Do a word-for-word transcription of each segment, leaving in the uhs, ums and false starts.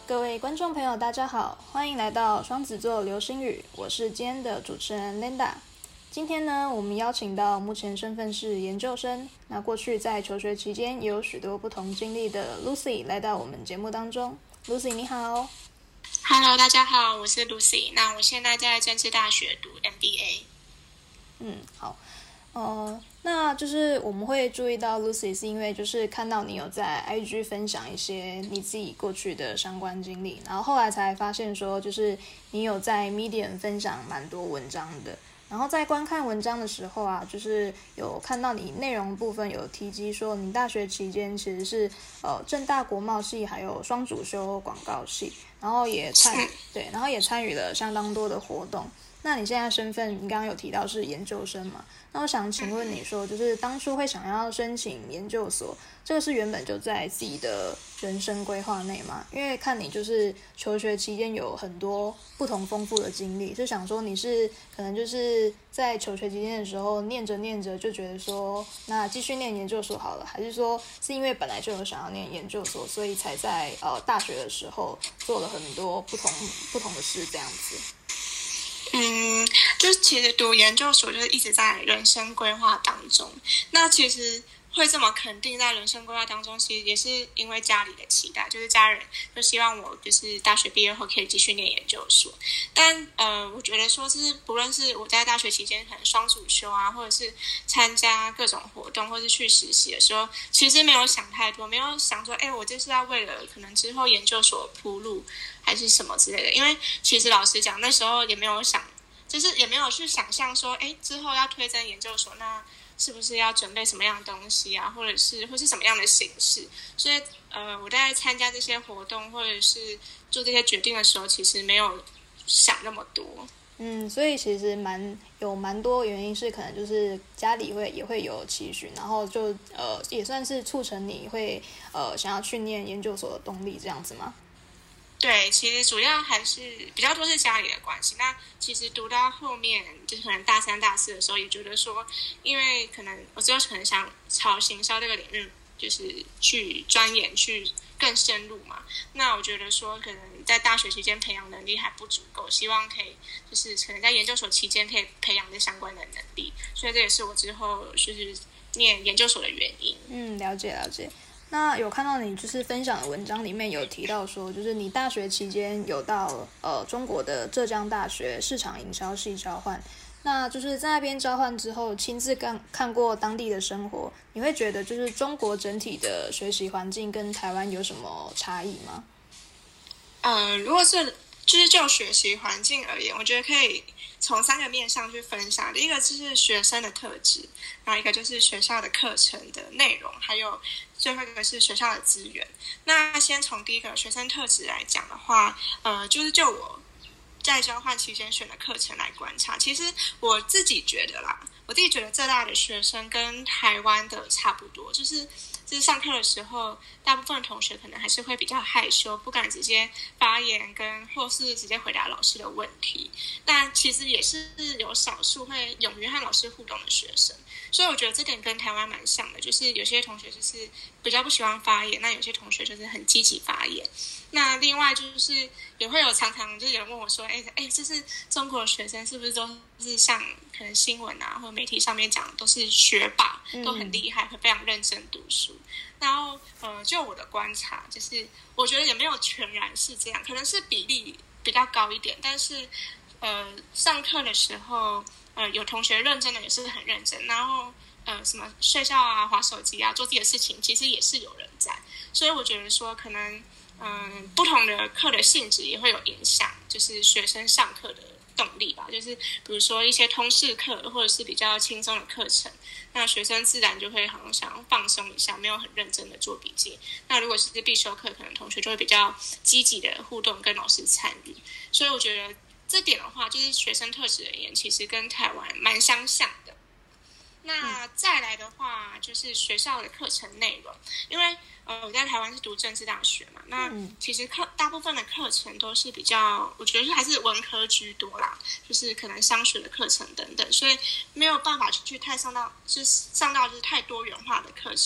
各位观众朋友，大家好，欢迎来到双子座流星雨，我是今天的主持人 Linda。今天呢，我们邀请到目前身份是研究生，那过去在求学期间也有许多不同经历的 Lucy 来到我们节目当中。Lucy 你好。 Hello， 大家好，我是 Lucy。那我现在在政治大学读 M B A。 嗯，好。呃，那就是我们会注意到 Lucy 是因为就是看到你有在 I G 分享一些你自己过去的相关经历，然后后来才发现说就是你有在 Medium 分享蛮多文章的，然后在观看文章的时候啊，就是有看到你内容部分有提及说你大学期间其实是呃政大国贸系还有双主修广告系，然后也参对，然后也参与了相当多的活动。那你现在身份，你刚刚有提到是研究生嘛？那我想请问你说，就是当初会想要申请研究所，这个是原本就在自己的人生规划内吗？因为看你就是求学期间有很多不同丰富的经历，是想说你是可能就是在求学期间的时候念着念着就觉得说，那继续念研究所好了，还是说是因为本来就有想要念研究所，所以才在呃大学的时候做了很多不同不同的事这样子？ 嗯，就是其实读研究所就是一直在人生规划当中。那其实会这么肯定在人生规划当中，其实也是因为家里的期待，就是家人就希望我就是大学毕业后可以继续念研究所。但呃，我觉得说就是不论是我在大学期间可能双主修啊，或者是参加各种活动，或是去实习的时候，其实没有想太多，没有想说，哎，我这是要为了可能之后研究所铺路还是什么之类的。因为其实老实讲，那时候也没有想，就是也没有去想象说，哎，之后要推甄研究所，那是不是要准备什么样的东西啊，或者是或是什么样的形式？所以呃，我在参加这些活动或者是做这些决定的时候，其实没有想那么多。 嗯，所以其实蛮有蛮多原因是可能就是家里会也会有期许，然后就呃也算是促成你会呃想要去念研究所的动力这样子吗？ 对，其实主要还是比较多是家里的关系。那其实读到后面，就是可能大三、大四的时候，也觉得说，因为可能我之后可能想朝行销这个领域，就是去钻研、去更深入嘛。那我觉得说，可能在大学期间培养能力还不足够，希望可以就是可能在研究所期间可以培养这相关的能力。所以这也是我之后就是念研究所的原因。 嗯，了解了解。那有看到你就是分享的文章里面有提到说，就是你大学期间有到呃中国的浙江大学市场营销系交换，那就是在那边交换之后，亲自看看过当地的生活，你会觉得就是中国整体的学习环境跟台湾有什么差异吗？ 嗯、呃，如果是就是就学习环境而言，我觉得可以从三个面向去分享。第一个就是学生的特质，然后一个就是学校的课程的内容，还有最后一个是学校的资源。那先从第一个学生特质来讲的话，呃，就是就我在交换期间选的课程来观察，其实我自己觉得啦，我自己觉得浙大的学生跟台湾的差不多，就是就是上课的时候，大部分同学可能还是会比较害羞，不敢直接发言跟或是直接回答老师的问题。但其实也是有少数会勇于和老师互动的学生，所以我觉得这点跟台湾蛮像的，就是有些同学就是比较不喜欢发言，那有些同学就是很积极发言。那另外就是也会有常常就有人问我说，哎哎，这是中国的学生是不是都是像可能新闻啊或媒体上面讲都是学霸，都很厉害，会非常认真读书？然后呃，就我的观察，就是我觉得也没有全然是这样，可能是比例比较高一点，但是呃，上课的时候，呃，有同学认真的也是很认真，然后呃，什么睡觉啊、滑手机啊、做自己的事情，其实也是有人在。所以我觉得说，可能嗯、呃，不同的课的性质也会有影响，就是学生上课的动力吧。就是比如说一些通识课或者是比较轻松的课程，那学生自然就会好像想放松一下，没有很认真的做笔记。那如果是必修课，可能同学就会比较积极的互动跟老师参与。所以我觉得这点的话，就是学生特质而言，其实跟台湾蛮相像的。那再来的话，就是学校的课程内容，因为呃我在台湾是读政治大学嘛，那其实课大部分的课程都是比较，我觉得还是文科居多啦，就是可能商学的课程等等，所以没有办法去太上到，就是上到就是太多元化的课程。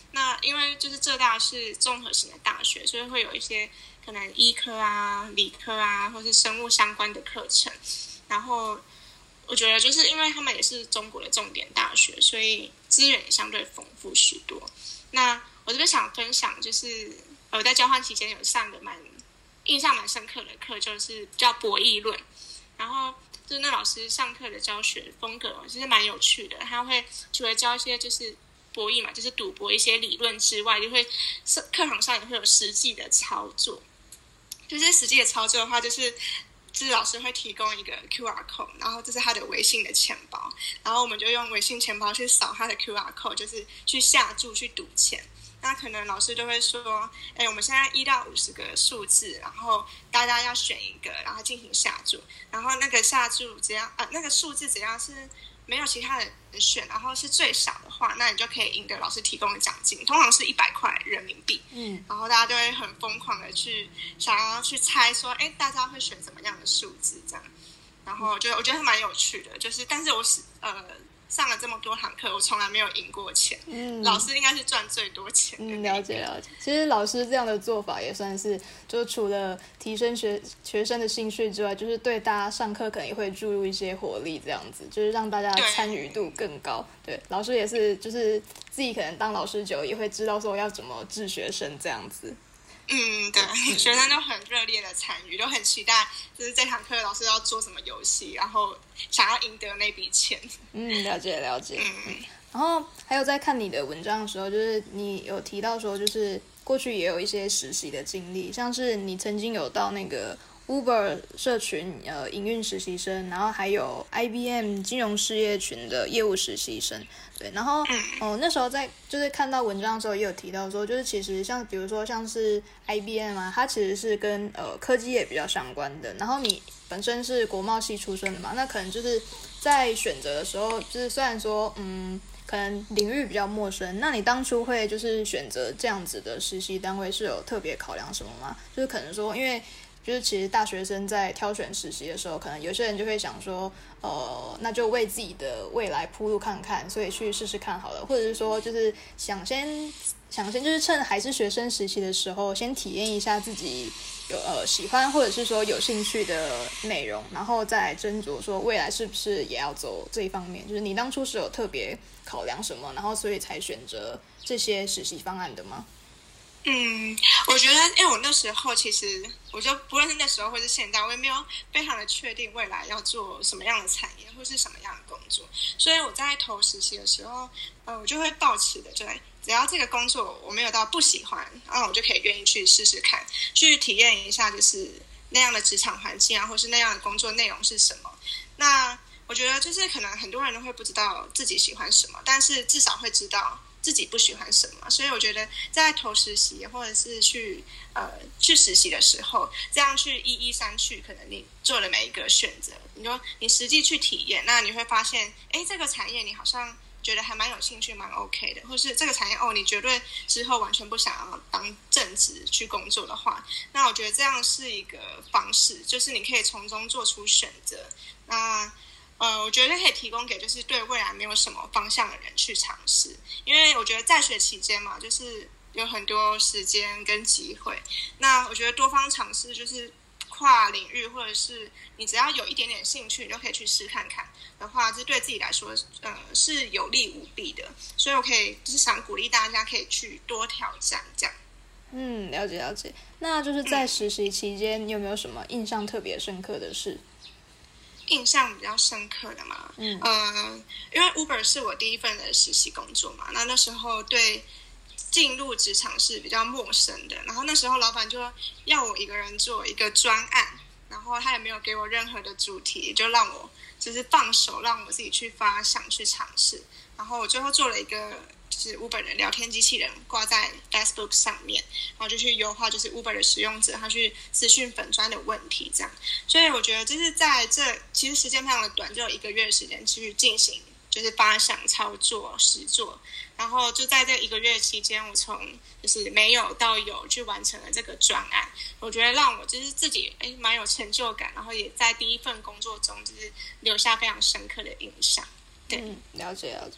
那因为就是浙大是综合型的大学，所以会有一些可能医科啊、理科啊，或是生物相关的课程。然后我觉得就是因为他们也是中国的重点大学，所以资源也相对丰富许多。那我这边想分享就是我在交换期间有上个蛮印象蛮深刻的课，就是叫博弈论。然后就是那老师上课的教学风格其实蛮有趣的，他会除了教一些就是博弈嘛，就是赌博一些理论之外，就会课堂上也会有实际的操作。就是实际的操作的话，就是就是老师会提供一个 Q R code， 然后这是他的微信的钱包，然后我们就用微信钱包去扫他的 Q R code， 就是去下注去赌钱。那可能老师就会说，哎，我们现在一到五十个数字，然后大家要选一个，然后进行下注，然后那个下注只要啊、呃、那个数字只要是没有其他人选，然后是最少的话，那你就可以赢得老师提供的奖金，通常是一百块人民币。嗯，然后大家就会很疯狂的去想要去猜说，哎，大家会选什么样的数字这样。然后我觉得我觉得蛮有趣的，就是但是我是呃。上了这么多堂课，我从来没有赢过钱。嗯，老师应该是赚最多钱的。 嗯，了解了解。其实老师这样的做法也算是，就除了提升学学生的兴趣之外，就是对大家上课可能也会注入一些活力，这样子，就是让大家参与度更高。对，对老师也是，就是自己可能当老师久，也会知道说要怎么治学生这样子。 嗯，对，学生都很热烈的参与，都很期待，就是这堂课老师要做什么游戏，然后想要赢得那笔钱。 嗯，了解了解。嗯，然后还有在看你的文章的时候，就是你有提到说，就是过去也有一些实习的经历，像是你曾经有到那个 Uber 社群呃营运实习生，然后还有 I B M 金融事业群的业务实习生。对，然后哦、呃，那时候在就是看到文章的时候也有提到说，就是其实像比如说像是 I B M 啊，它其实是跟呃科技业比较相关的。然后你本身是国贸系出身的嘛，那可能就是在选择的时候，就是虽然说嗯可能领域比较陌生，那你当初会就是选择这样子的实习单位是有特别考量什么吗？就是可能说因为。就是其实大学生在挑选实习的时候，可能有些人就会想说，呃，那就为自己的未来铺路看看，所以去试试看好了，或者是说就是想先想先就是趁还是学生时期的时候，先体验一下自己有呃喜欢或者是说有兴趣的内容，然后再斟酌说未来是不是也要走这一方面。就是你当初是有特别考量什么，然后所以才选择这些实习方案的吗？ 嗯，我觉得，因为我那时候其实，我就不论是那时候或是现在，我也没有非常的确定未来要做什么样的产业或是什么样的工作，所以我在投实习的时候，呃，我就会抱持的，就只要这个工作我没有到不喜欢，然后我就可以愿意去试试看，去体验一下，就是那样的职场环境啊，或是那样的工作内容是什么。那我觉得就是可能很多人都会不知道自己喜欢什么，但是至少会知道自己不喜欢什么，所以我觉得在投实习或者是去呃去实习的时候，这样去一一删去，可能你做了每一个选择，你说你实际去体验，那你会发现，哎，这个产业你好像觉得还蛮有兴趣，蛮 OK 的，或是这个产业哦，你绝对之后完全不想要当正职去工作的话，那我觉得这样是一个方式，就是你可以从中做出选择。那呃，我觉得可以提供给就是对未来没有什么方向的人去尝试，因为我觉得在学期间嘛，就是有很多时间跟机会。那我觉得多方尝试，就是跨领域或者是你只要有一点点兴趣，你就可以去试看看的话，这对自己来说，呃，是有利无弊的。所以我可以就是想鼓励大家可以去多挑战这样。 嗯，了解了解。那就是在实习期间，你有没有什么印象特别深刻的事？ 印象比较深刻的嘛，嗯，呃，因为 Uber 是我第一份的实习工作嘛，那那时候对进入职场是比较陌生的，然后那时候老板就要我一个人做一个专案，然后他也没有给我任何的主题，就让我就是放手，让我自己去发想去尝试，然后我最后做了一个就是 Uber 的聊天机器人挂在 Facebook 上面，然后就去优化就是 Uber 的使用者他去私讯粉专的问题这样，所以我觉得就是在这其实时间非常的短，就有一个月的时间去进行就是发想操作实作，然后就在这一个月期间，我从就是没有到有去完成了这个专案，我觉得让我就是自己哎蛮有成就感，然后也在第一份工作中就是留下非常深刻的印象。对， 嗯，了解了解。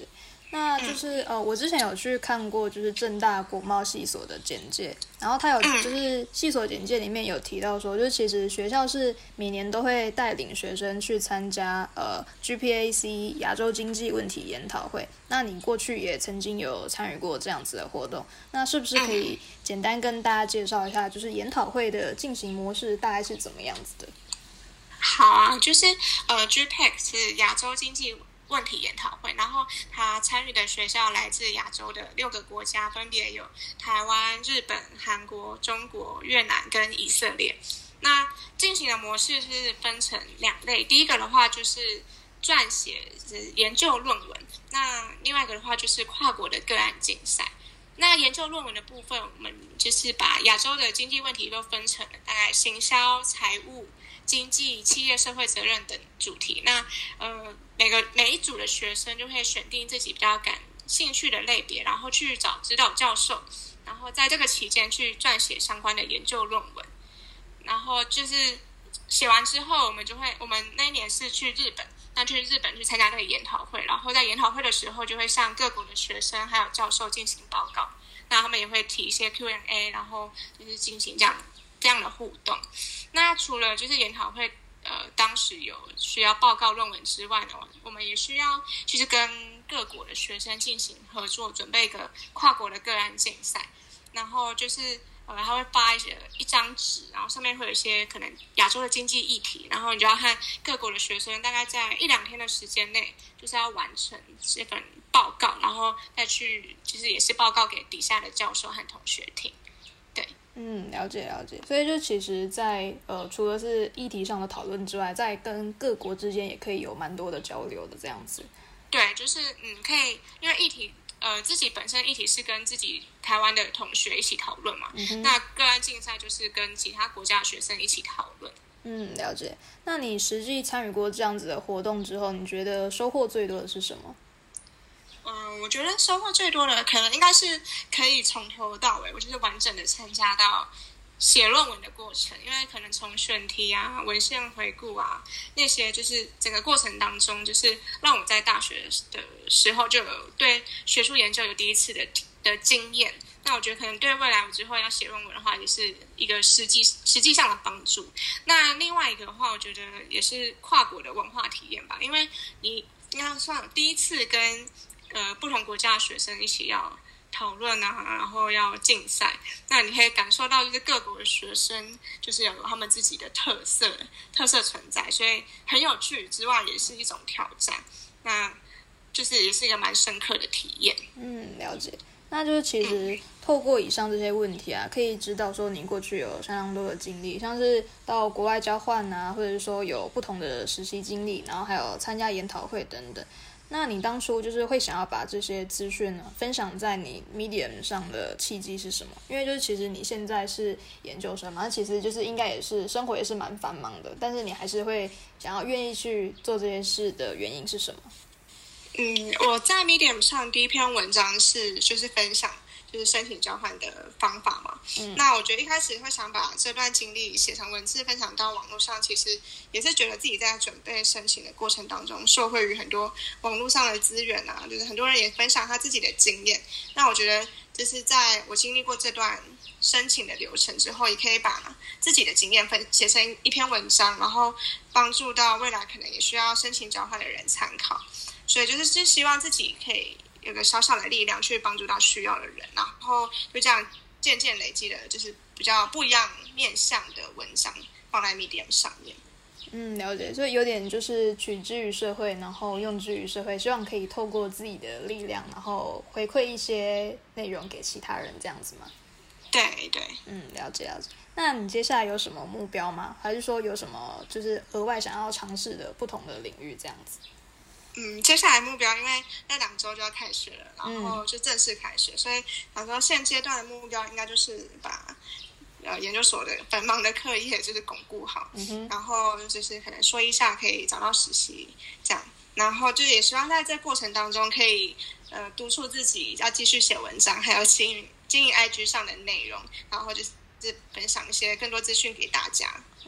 那就是呃，我之前有去看过，就是政大国贸系所的简介，然后他有就是系所简介里面有提到说，就是其实学校是每年都会带领学生去参加呃 G P A C 亚洲经济问题研讨会。那你过去也曾经有参与过这样子的活动，那是不是可以简单跟大家介绍一下，就是研讨会的进行模式大概是怎么样子的？ 好啊，就是呃 G P A C 是亚洲经济问题研讨会，然后他参与的学校来自亚洲的六个国家，分别有台湾、日本、韩国、中国、越南跟以色列。那进行的模式是分成两类，第一个的话就是撰写研究论文，那另外一个的话就是跨国的个案竞赛。那研究论文的部分，我们就是把亚洲的经济问题都分成了大概行销、财务、经济、企业社会责任等主题。那呃，每个每一组的学生就会选定自己比较感兴趣的类别，然后去找指导教授，然后在这个期间去撰写相关的研究论文。然后就是写完之后，我们就会，我们那一年是去日本，那去日本去参加那个研讨会，然后在研讨会的时候就会向各国的学生还有教授进行报告，那他们也会提一些 Q and A， 然后就是进行这样这样的互动。那除了就是研讨会呃当时有需要报告论文之外呢，我们也需要就是跟各国的学生进行合作，准备一个跨国的个案竞赛，然后就是呃他会发一些一张纸，然后上面会有一些可能亚洲的经济议题，然后你就要和各国的学生大概在一两天的时间内，就是要完成这份报告，然后再去就是也是报告给底下的教授和同学听。对， 嗯，了解了解。所以就其实在呃除了是议题上的讨论之外，在跟各国之间也可以有蛮多的交流的这样子。 对，就是嗯可以，因为议题呃自己本身议题是跟自己台湾的同学一起讨论嘛，嗯、那个案竞赛就是跟其他国家的学生一起讨论。 嗯，了解。那你实际参与过这样子的活动之后，你觉得收获最多的是什么？ 嗯，我觉得收获最多的可能应该是可以从头到尾，我就是完整的参加到写论文的过程，因为可能从选题啊、文献回顾啊那些，就是整个过程当中，就是让我在大学的时候就有对学术研究有第一次的的经验。那我觉得可能对未来我之后要写论文的话，也是一个实际实际上的帮助。那另外一个的话，我觉得也是跨国的文化体验吧，因为你应该算第一次跟呃不同国家的学生一起要讨论啊，然后要竞赛，那你可以感受到就是各国的学生就是有他们自己的特色特色存在，所以很有趣之外也是一种挑战，那就是也是一个蛮深刻的体验。 嗯，了解。那就是其实透过以上这些问题啊，可以知道说你过去有相当多的经历，像是到国外交换啊，或者是说有不同的实习经历，然后还有参加研讨会等等。那你当初就是会想要把这些资讯呢分享在你 Medium 上的契机是什么？因为就是其实你现在是研究生嘛，其实就是应该也是生活也是蛮繁忙的，但是你还是会想要愿意去做这些事的原因是什么？ 嗯，我在 Medium 上第一篇文章是就是分享就是申请交换的方法嘛。嗯，那我觉得一开始会想把这段经历写成文字分享到网络上，其实也是觉得自己在准备申请的过程当中，受惠于很多网络上的资源啊，就是很多人也分享他自己的经验。那我觉得就是在我经历过这段申请的流程之后，也可以把自己的经验分写成一篇文章，然后帮助到未来可能也需要申请交换的人参考。所以就是就希望自己可以有个小小的力量去帮助到需要的人，然后就这样渐渐累积的就是比较不一样面向的文章放在 Medium 上面。 嗯，了解，所以有点就是取之于社会，然后用之于社会，希望可以透过自己的力量，然后回馈一些内容给其他人，这样子吗？ 对对， 嗯，了解了解。那你接下来有什么目标吗？还是说有什么就是额外想要尝试的不同的领域这样子？ 嗯，接下来目标因为在两周就要开学了，然后就正式开学，嗯、所以想说现阶段的目标应该就是把呃研究所的繁忙的课业就是巩固好，嗯、然后就是可能说一下可以找到实习这样，然后就也希望在这过程当中可以呃督促自己要继续写文章，还有经营经营 I G 上的内容，然后就是分享一些更多资讯给大家。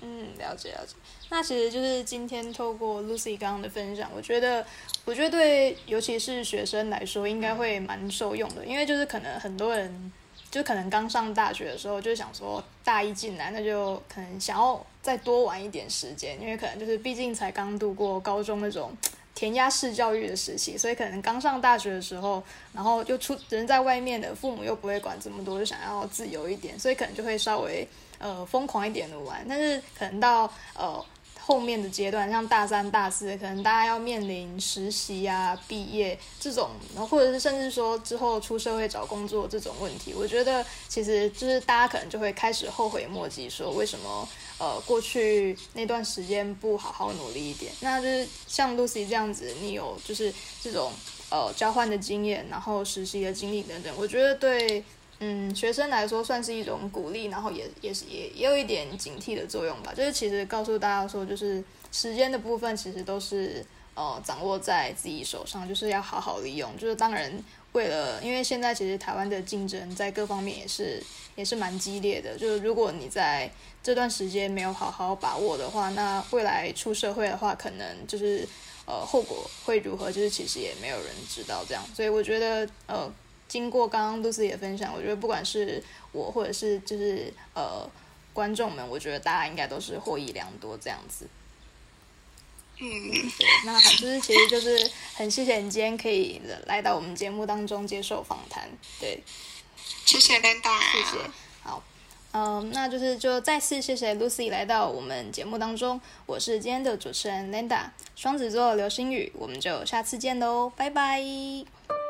嗯，了解了解。那其实就是今天透过 Lucy 刚刚的分享，我觉得，我觉得对，尤其是学生来说，应该会蛮受用的，因为就是可能很多人，就可能刚上大学的时候，就想说大一进来，那就可能想要再多玩一点时间，因为可能就是毕竟才刚度过高中那种填鸭式教育的时期，所以可能刚上大学的时候，然后又出人在外面的，父母又不会管这么多，就想要自由一点，所以可能就会稍微呃疯狂一点的玩。但是可能到呃后面的阶段，像大三、大四，可能大家要面临实习啊、毕业这种，然后或者是甚至说之后出社会找工作这种问题，我觉得其实就是大家可能就会开始后悔莫及，说为什么呃过去那段时间不好好努力一点。那就是像 Lucy 这样子，你有就是这种呃交换的经验，然后实习的经历等等，我觉得对。嗯，学生来说算是一种鼓励，然后也也是也也有一点警惕的作用吧。就是其实告诉大家说，就是时间的部分其实都是呃掌握在自己手上，就是要好好利用。就是当然为了，因为现在其实台湾的竞争在各方面也是也是蛮激烈的。就是如果你在这段时间没有好好把握的话，那未来出社会的话，可能就是呃后果会如何，就是其实也没有人知道这样。所以我觉得呃。经过刚刚 Lucy 的分享，我觉得不管是我或者是就是呃观众们，我觉得大家应该都是获益良多这样子。 嗯， 对，那就是其实就是很谢谢你今天可以来到我们节目当中接受访谈，对， 谢谢 Linda， 谢谢，好，嗯，那就是就再次谢谢 Lucy 来到我们节目当中，我是今天的主持人 Linda， 双子座流星雨，我们就下次见喽，拜拜。